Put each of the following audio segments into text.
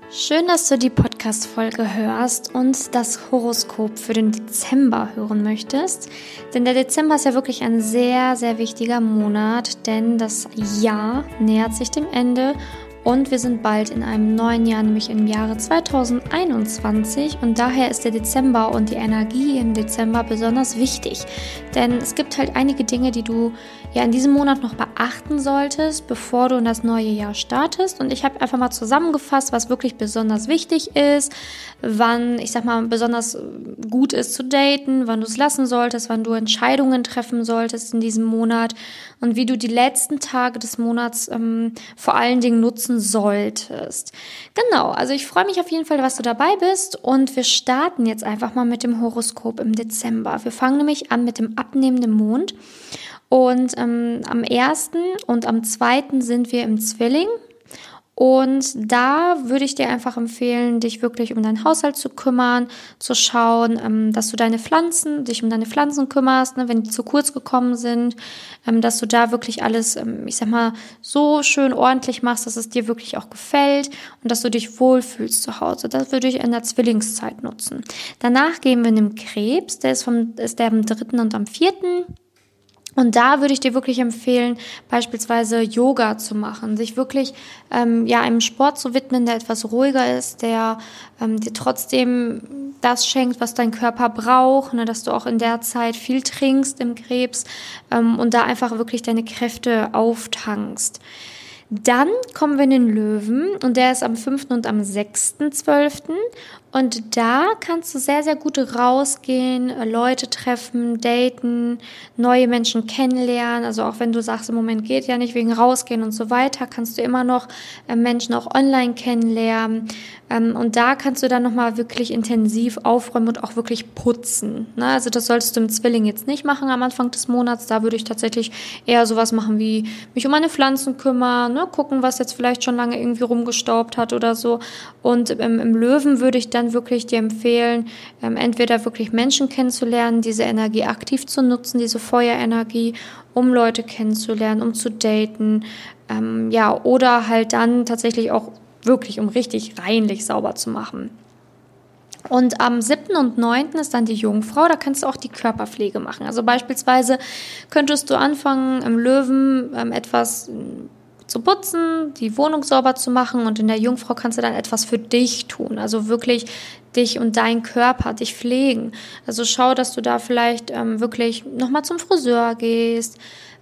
Schön, dass du die Podcast-Folge hörst und das Horoskop für den Dezember hören möchtest. Denn der Dezember ist ja wirklich ein sehr, sehr wichtiger Monat, denn das Jahr nähert sich dem Ende und wir sind bald in einem neuen Jahr, nämlich im Jahre 2021. Und daher ist der Dezember und die Energie im Dezember besonders wichtig. Denn es gibt halt einige Dinge, die du ja in diesem Monat noch beachten solltest, bevor du in das neue Jahr startest. Und ich habe einfach mal zusammengefasst, was wirklich besonders wichtig ist, wann, ich sag mal, besonders gut ist zu daten, wann du es lassen solltest, wann du Entscheidungen treffen solltest in diesem Monat und wie du die letzten Tage des Monats vor allen Dingen nutzen solltest. Genau, also ich freue mich auf jeden Fall, dass du dabei bist und wir starten jetzt einfach mal mit dem Horoskop im Dezember. Wir fangen nämlich an mit dem abnehmenden Mond und am 1. und am 2. sind wir im Zwilling. Und da würde ich dir einfach empfehlen, dich wirklich um deinen Haushalt zu kümmern, zu schauen, dass du dich um deine Pflanzen kümmerst, ne, wenn die zu kurz gekommen sind, dass du da wirklich alles, ich sag mal, so schön ordentlich machst, dass es dir wirklich auch gefällt und dass du dich wohlfühlst zu Hause. Das würde ich in der Zwillingszeit nutzen. Danach gehen wir in den Krebs, der ist der am 3. und am 4. Und da würde ich dir wirklich empfehlen, beispielsweise Yoga zu machen, sich wirklich einem Sport zu widmen, der etwas ruhiger ist, der dir trotzdem das schenkt, was dein Körper braucht, ne, dass du auch in der Zeit viel trinkst im Krebs und da einfach wirklich deine Kräfte auftankst. Dann kommen wir in den Löwen und der ist am 5. und am 6.12. Und da kannst du sehr, sehr gut rausgehen, Leute treffen, daten, neue Menschen kennenlernen. Also auch wenn du sagst, im Moment geht ja nicht wegen rausgehen und so weiter, kannst du immer noch Menschen auch online kennenlernen. Und da kannst du dann nochmal wirklich intensiv aufräumen und auch wirklich putzen. Ne? Also das solltest du im Zwilling jetzt nicht machen am Anfang des Monats. Da würde ich tatsächlich eher sowas machen wie mich um meine Pflanzen kümmern, ne? Gucken, was jetzt vielleicht schon lange irgendwie rumgestaubt hat oder so. Und im Löwen würde ich dann wirklich dir empfehlen, entweder wirklich Menschen kennenzulernen, diese Energie aktiv zu nutzen, diese Feuerenergie, um Leute kennenzulernen, um zu daten, oder halt dann tatsächlich auch wirklich, um richtig reinlich sauber zu machen. Und am 7. und 9. ist dann die Jungfrau, da kannst du auch die Körperpflege machen. Also beispielsweise könntest du anfangen, im Löwen etwas zu putzen, die Wohnung sauber zu machen und in der Jungfrau kannst du dann etwas für dich tun, also wirklich dich und deinen Körper, dich pflegen. Also schau, dass du da vielleicht wirklich nochmal zum Friseur gehst,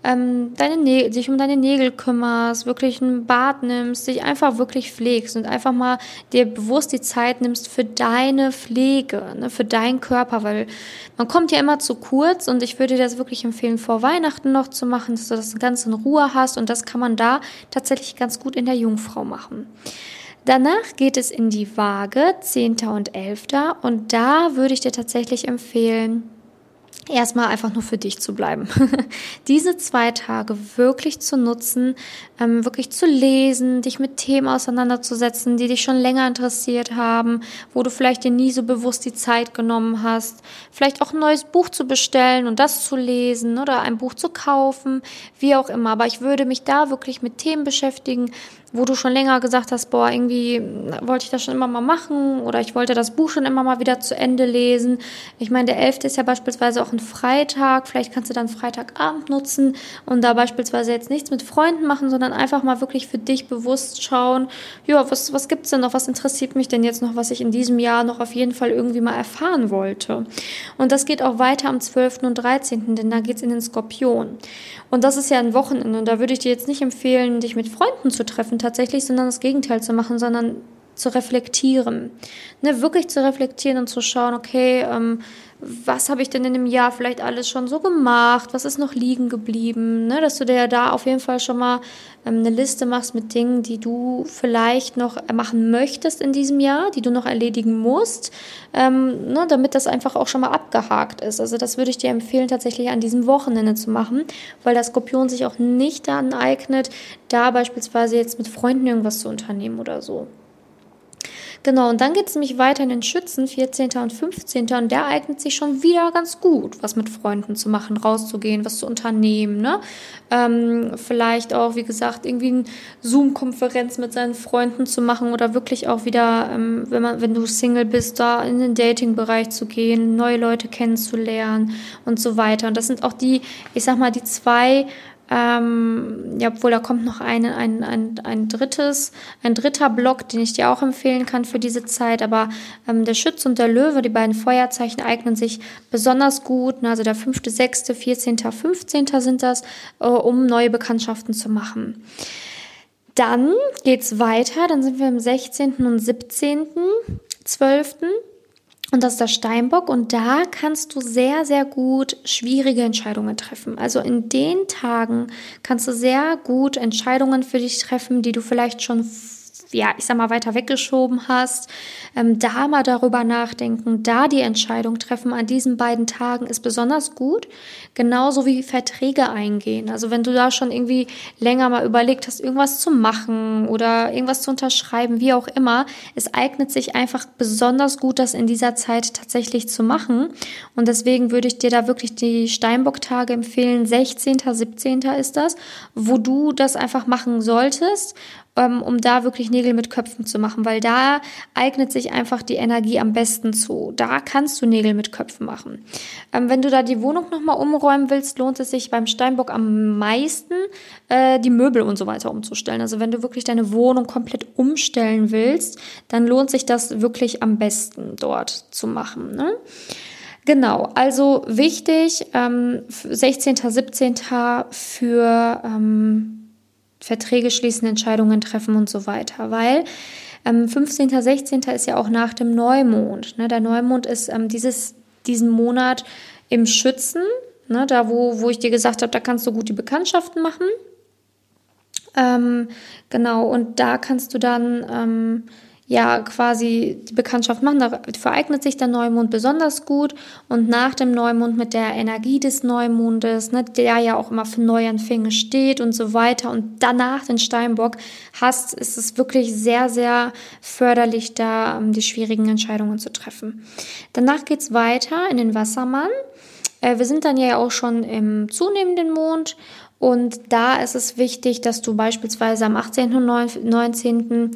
dich um deine Nägel kümmerst, wirklich ein Bad nimmst, dich einfach wirklich pflegst und einfach mal dir bewusst die Zeit nimmst für deine Pflege, ne, für deinen Körper, weil man kommt ja immer zu kurz und ich würde dir das wirklich empfehlen, vor Weihnachten noch zu machen, dass du das ganz in Ruhe hast und das kann man da tatsächlich ganz gut in der Jungfrau machen. Danach geht es in die Waage, 10. und 11. Und da würde ich dir tatsächlich empfehlen, erstmal einfach nur für dich zu bleiben. Diese 2 Tage wirklich zu nutzen, wirklich zu lesen, dich mit Themen auseinanderzusetzen, die dich schon länger interessiert haben, wo du vielleicht dir nie so bewusst die Zeit genommen hast, vielleicht auch ein neues Buch zu bestellen und das zu lesen oder ein Buch zu kaufen, wie auch immer. Aber ich würde mich da wirklich mit Themen beschäftigen, wo du schon länger gesagt hast, boah, irgendwie wollte ich das schon immer mal machen oder ich wollte das Buch schon immer mal wieder zu Ende lesen. Ich meine, der 11. ist ja beispielsweise auch ein Freitag. Vielleicht kannst du dann Freitagabend nutzen und da beispielsweise jetzt nichts mit Freunden machen, sondern einfach mal wirklich für dich bewusst schauen, ja, was gibt's denn noch, was interessiert mich denn jetzt noch, was ich in diesem Jahr noch auf jeden Fall irgendwie mal erfahren wollte. Und das geht auch weiter am 12. und 13., denn da geht's in den Skorpion. Und das ist ja ein Wochenende und da würde ich dir jetzt nicht empfehlen, dich mit Freunden zu treffen tatsächlich, sondern das Gegenteil zu machen, sondern zu reflektieren. Ne, wirklich zu reflektieren und zu schauen, okay, was habe ich denn in dem Jahr vielleicht alles schon so gemacht, was ist noch liegen geblieben, ne, dass du dir da auf jeden Fall schon mal eine Liste machst mit Dingen, die du vielleicht noch machen möchtest in diesem Jahr, die du noch erledigen musst, damit das einfach auch schon mal abgehakt ist. Also das würde ich dir empfehlen, tatsächlich an diesem Wochenende zu machen, weil der Skorpion sich auch nicht daran eignet, da beispielsweise jetzt mit Freunden irgendwas zu unternehmen oder so. Genau, und dann geht es nämlich weiter in den Schützen, 14. und 15. Und der eignet sich schon wieder ganz gut, was mit Freunden zu machen, rauszugehen, was zu unternehmen, ne? Vielleicht auch, wie gesagt, irgendwie eine Zoom-Konferenz mit seinen Freunden zu machen oder wirklich auch wieder, wenn du Single bist, da in den Dating-Bereich zu gehen, neue Leute kennenzulernen und so weiter. Und das sind auch die, ich sag mal, die zwei, obwohl da kommt noch ein dritter Block, den ich dir auch empfehlen kann für diese Zeit, aber der Schütze und der Löwe, die beiden Feuerzeichen, eignen sich besonders gut, ne? Also der 5., 6., 14., 15. sind das, um neue Bekanntschaften zu machen. Dann geht's weiter, dann sind wir im 16. und 17.12. Und das ist der Steinbock und da kannst du sehr, sehr gut schwierige Entscheidungen treffen. Also in den Tagen kannst du sehr gut Entscheidungen für dich treffen, die du vielleicht schon, weiter weggeschoben hast. Da mal darüber nachdenken, da die Entscheidung treffen an diesen beiden Tagen ist besonders gut. Genauso wie Verträge eingehen. Also wenn du da schon irgendwie länger mal überlegt hast, irgendwas zu machen oder irgendwas zu unterschreiben, wie auch immer, es eignet sich einfach besonders gut, das in dieser Zeit tatsächlich zu machen. Und deswegen würde ich dir da wirklich die Steinbock-Tage empfehlen. 16., 17. ist das, wo du das einfach machen solltest, um da wirklich Nägel mit Köpfen zu machen, weil da eignet sich einfach die Energie am besten zu. Da kannst du Nägel mit Köpfen machen. Wenn du da die Wohnung nochmal umräumen willst, lohnt es sich beim Steinbock am meisten, die Möbel und so weiter umzustellen. Also wenn du wirklich deine Wohnung komplett umstellen willst, dann lohnt sich das wirklich am besten dort zu machen, ne? Genau, also wichtig, 16., 17. für Verträge schließen, Entscheidungen treffen und so weiter, weil 15., 16. ist ja auch nach dem Neumond. Ne? Der Neumond ist diesen Monat im Schützen, ne? Da wo ich dir gesagt habe, da kannst du gut die Bekanntschaften machen. Genau, und da kannst du dann quasi die Bekanntschaft machen. Da vereignet sich der Neumond besonders gut und nach dem Neumond mit der Energie des Neumondes, ne, der ja auch immer für Neuanfänge steht und so weiter und danach den Steinbock hast, ist es wirklich sehr, sehr förderlich, da die schwierigen Entscheidungen zu treffen. Danach geht's weiter in den Wassermann. Wir sind dann ja auch schon im zunehmenden Mond. Und da ist es wichtig, dass du beispielsweise am 18. und 19.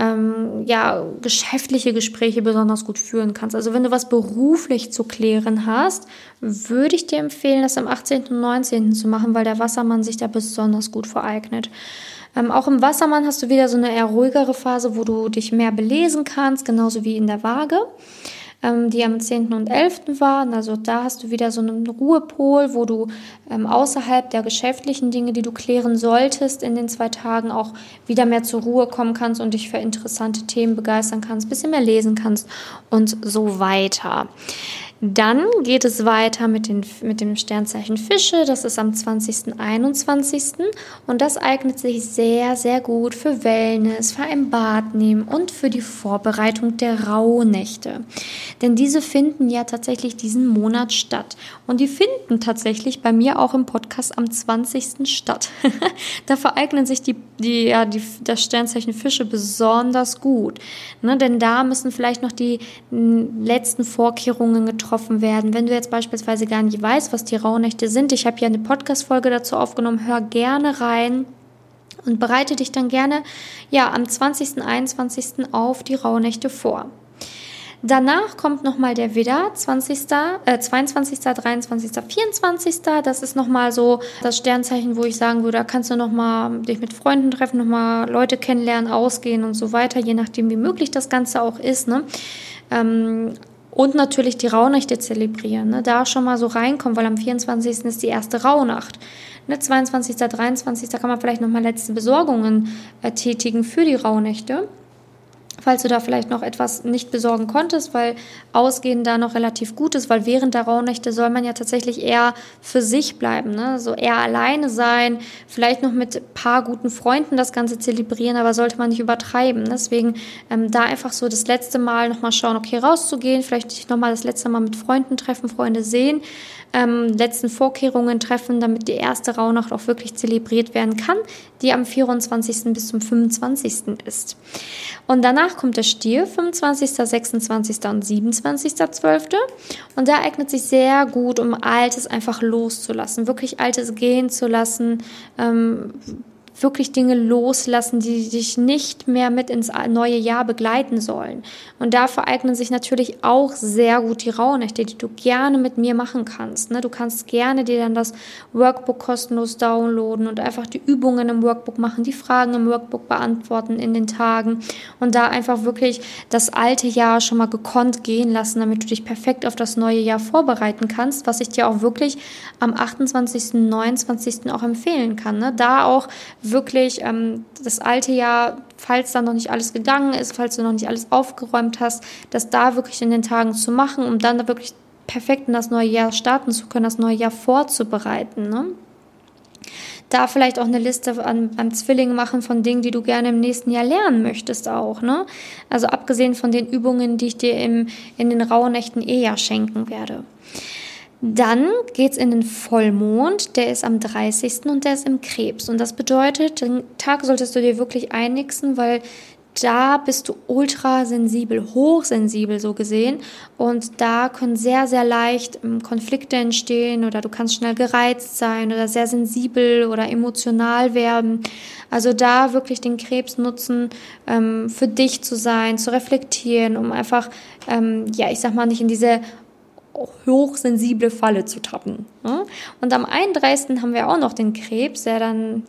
Geschäftliche Gespräche besonders gut führen kannst. Also wenn du was beruflich zu klären hast, würde ich dir empfehlen, das am 18. und 19. zu machen, weil der Wassermann sich da besonders gut vereignet. Auch im Wassermann hast du wieder so eine eher ruhigere Phase, wo du dich mehr belesen kannst, genauso wie in der Waage, die am 10. und 11. waren. Also da hast du wieder so einen Ruhepol, wo du außerhalb der geschäftlichen Dinge, die du klären solltest, in den 2 Tagen auch wieder mehr zur Ruhe kommen kannst und dich für interessante Themen begeistern kannst, ein bisschen mehr lesen kannst und so weiter. Dann geht es weiter mit dem Sternzeichen Fische. Das ist am 20., 21. Und das eignet sich sehr, sehr gut für Wellness, für ein Bad nehmen und für die Vorbereitung der Rauhnächte. Denn diese finden ja tatsächlich diesen Monat statt. Und die finden tatsächlich bei mir auch im Podcast am 20. statt. Da vereignen sich das Sternzeichen Fische besonders gut. Ne? Denn da müssen vielleicht noch die letzten Vorkehrungen getroffen werden. Wenn du jetzt beispielsweise gar nicht weißt, was die Rauhnächte sind, ich habe ja eine Podcast-Folge dazu aufgenommen, hör gerne rein und bereite dich dann gerne am 20., 21. auf die Rauhnächte vor. Danach kommt nochmal der Widder, 22., 23., 23., 24. Das ist nochmal so das Sternzeichen, wo ich sagen würde, da kannst du nochmal dich mit Freunden treffen, nochmal Leute kennenlernen, ausgehen und so weiter, je nachdem, wie möglich das Ganze auch ist, ne? Und natürlich die Rauhnächte zelebrieren, ne? Da schon mal so reinkommen, weil am 24. ist die erste Rauhnacht. Ne? 22., 23. Da kann man vielleicht nochmal letzte Besorgungen tätigen für die Rauhnächte. Falls du da vielleicht noch etwas nicht besorgen konntest, weil Ausgehen da noch relativ gut ist, weil während der Rauhnächte soll man ja tatsächlich eher für sich bleiben, ne? So eher alleine sein, vielleicht noch mit ein paar guten Freunden das Ganze zelebrieren, aber sollte man nicht übertreiben. Deswegen da einfach so das letzte Mal nochmal schauen, okay, rauszugehen, vielleicht nochmal das letzte Mal mit Freunden treffen, Freunde sehen, letzten Vorkehrungen treffen, damit die erste Rauhnacht auch wirklich zelebriert werden kann, die am 24. bis zum 25. ist. Und danach Danach kommt der Stier, 25., 26. und 27.12. Und der eignet sich sehr gut, um Altes einfach loszulassen, wirklich Altes gehen zu lassen, wirklich Dinge loslassen, die dich nicht mehr mit ins neue Jahr begleiten sollen. Und dafür eignen sich natürlich auch sehr gut die Rauhnächte, die du gerne mit mir machen kannst. Du kannst gerne dir dann das Workbook kostenlos downloaden und einfach die Übungen im Workbook machen, die Fragen im Workbook beantworten in den Tagen und da einfach wirklich das alte Jahr schon mal gekonnt gehen lassen, damit du dich perfekt auf das neue Jahr vorbereiten kannst, was ich dir auch wirklich am 28., 29. auch empfehlen kann. Da auch wirklich das alte Jahr, falls da noch nicht alles gegangen ist, falls du noch nicht alles aufgeräumt hast, das da wirklich in den Tagen zu machen, um dann da wirklich perfekt in das neue Jahr starten zu können, das neue Jahr vorzubereiten. Da vielleicht auch eine Liste an Zwillingen machen von Dingen, die du gerne im nächsten Jahr lernen möchtest auch. Also abgesehen von den Übungen, die ich dir in den Rauhnächten ja schenken werde. Dann geht's in den Vollmond, der ist am 30. und der ist im Krebs. Und das bedeutet, den Tag solltest du dir wirklich einnixen, weil da bist du ultrasensibel, hochsensibel so gesehen. Und da können sehr, sehr leicht Konflikte entstehen oder du kannst schnell gereizt sein oder sehr sensibel oder emotional werden. Also da wirklich den Krebs nutzen, für dich zu sein, zu reflektieren, um einfach, nicht in diese hochsensible Falle zu tappen. Und am 31. haben wir auch noch den Krebs, der dann,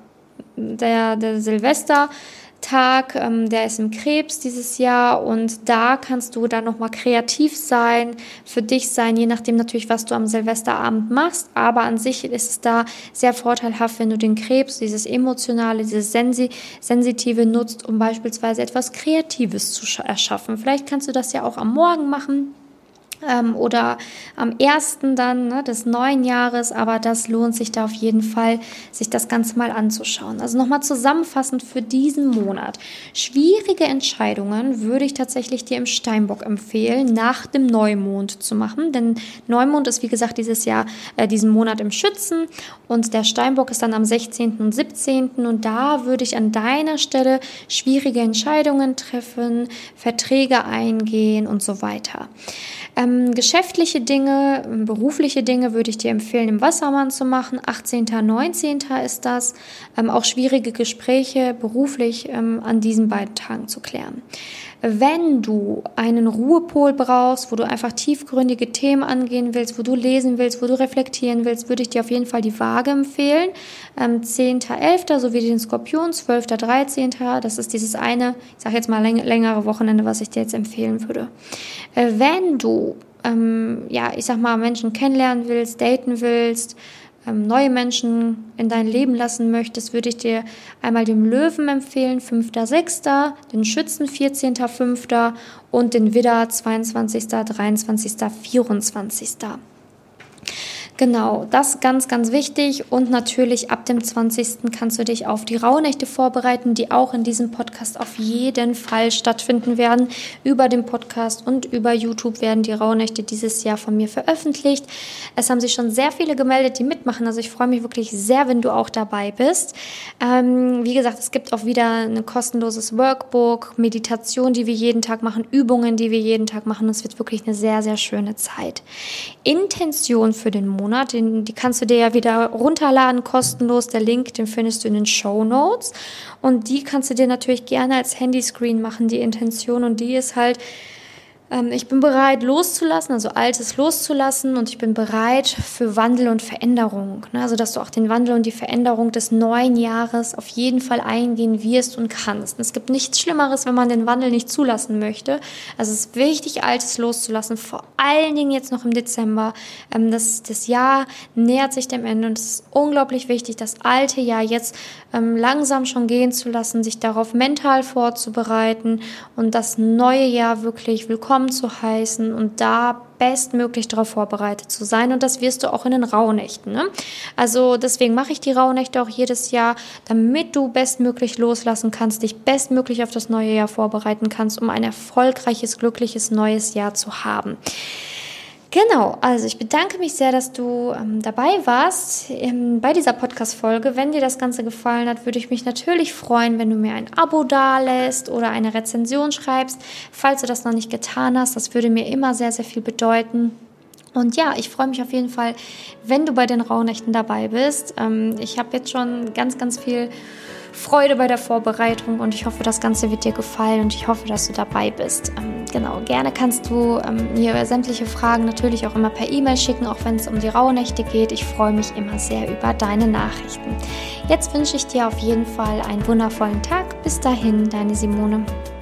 der Silvestertag, der ist im Krebs dieses Jahr und da kannst du dann nochmal kreativ sein, für dich sein, je nachdem natürlich, was du am Silvesterabend machst, aber an sich ist es da sehr vorteilhaft, wenn du den Krebs, dieses Emotionale, dieses Sensitive nutzt, um beispielsweise etwas Kreatives zu erschaffen. Vielleicht kannst du das ja auch am Morgen machen, oder am 1. dann des neuen Jahres, aber das lohnt sich da auf jeden Fall, sich das Ganze mal anzuschauen. Also nochmal zusammenfassend für diesen Monat. Schwierige Entscheidungen würde ich tatsächlich dir im Steinbock empfehlen, nach dem Neumond zu machen, denn Neumond ist wie gesagt diesen Monat im Schützen und der Steinbock ist dann am 16. und 17. und da würde ich an deiner Stelle schwierige Entscheidungen treffen, Verträge eingehen und so weiter. Geschäftliche Dinge, berufliche Dinge würde ich dir empfehlen, im Wassermann zu machen. 18., 19. ist das. Auch schwierige Gespräche beruflich an diesen beiden Tagen zu klären. Wenn du einen Ruhepol brauchst, wo du einfach tiefgründige Themen angehen willst, wo du lesen willst, wo du reflektieren willst, würde ich dir auf jeden Fall die Waage empfehlen. 10.11. sowie den Skorpion, 12., 13. Das ist dieses eine, ich sage jetzt mal längere Wochenende, was ich dir jetzt empfehlen würde. Wenn du Menschen kennenlernen willst, daten willst, neue Menschen in dein Leben lassen möchtest, würde ich dir einmal den Löwen empfehlen, 5.6., den Schützen 14.5. und den Widder 22., 23., 24. Genau, das ganz, ganz wichtig und natürlich ab dem 20. kannst du dich auf die Rauhnächte vorbereiten, die auch in diesem Podcast auf jeden Fall stattfinden werden. Über den Podcast und über YouTube werden die Rauhnächte dieses Jahr von mir veröffentlicht. Es haben sich schon sehr viele gemeldet, die mitmachen, also ich freue mich wirklich sehr, wenn du auch dabei bist. Wie gesagt, es gibt auch wieder ein kostenloses Workbook, Meditation, die wir jeden Tag machen, Übungen, die wir jeden Tag machen. Es wird wirklich eine sehr, sehr schöne Zeit. Intention für den Monat, die kannst du dir ja wieder runterladen, kostenlos. Der Link, den findest du in den Shownotes. Und die kannst du dir natürlich gerne als Handyscreen machen, die Intention. Und die ist halt, ich bin bereit loszulassen, also Altes loszulassen und ich bin bereit für Wandel und Veränderung. Also dass du auch den Wandel und die Veränderung des neuen Jahres auf jeden Fall eingehen wirst und kannst. Es gibt nichts Schlimmeres, wenn man den Wandel nicht zulassen möchte. Also es ist wichtig, Altes loszulassen, vor allen Dingen jetzt noch im Dezember. Das Jahr nähert sich dem Ende und es ist unglaublich wichtig, das alte Jahr jetzt langsam schon gehen zu lassen, sich darauf mental vorzubereiten und das neue Jahr wirklich willkommen zu heißen und da bestmöglich darauf vorbereitet zu sein und das wirst du auch in den Rauhnächten. Also deswegen mache ich die Rauhnächte auch jedes Jahr, damit du bestmöglich loslassen kannst, dich bestmöglich auf das neue Jahr vorbereiten kannst, um ein erfolgreiches, glückliches neues Jahr zu haben. Genau, also ich bedanke mich sehr, dass du dabei warst bei dieser Podcast-Folge. Wenn dir das Ganze gefallen hat, würde ich mich natürlich freuen, wenn du mir ein Abo dalässt oder eine Rezension schreibst, falls du das noch nicht getan hast. Das würde mir immer sehr, sehr viel bedeuten. Und ja, ich freue mich auf jeden Fall, wenn du bei den Rauhnächten dabei bist. Ich habe jetzt schon ganz, ganz viel Freude bei der Vorbereitung und ich hoffe, das Ganze wird dir gefallen und ich hoffe, dass du dabei bist. Genau, gerne kannst du mir sämtliche Fragen natürlich auch immer per E-Mail schicken, auch wenn es um die Rauhnächte geht. Ich freue mich immer sehr über deine Nachrichten. Jetzt wünsche ich dir auf jeden Fall einen wundervollen Tag. Bis dahin, deine Simone.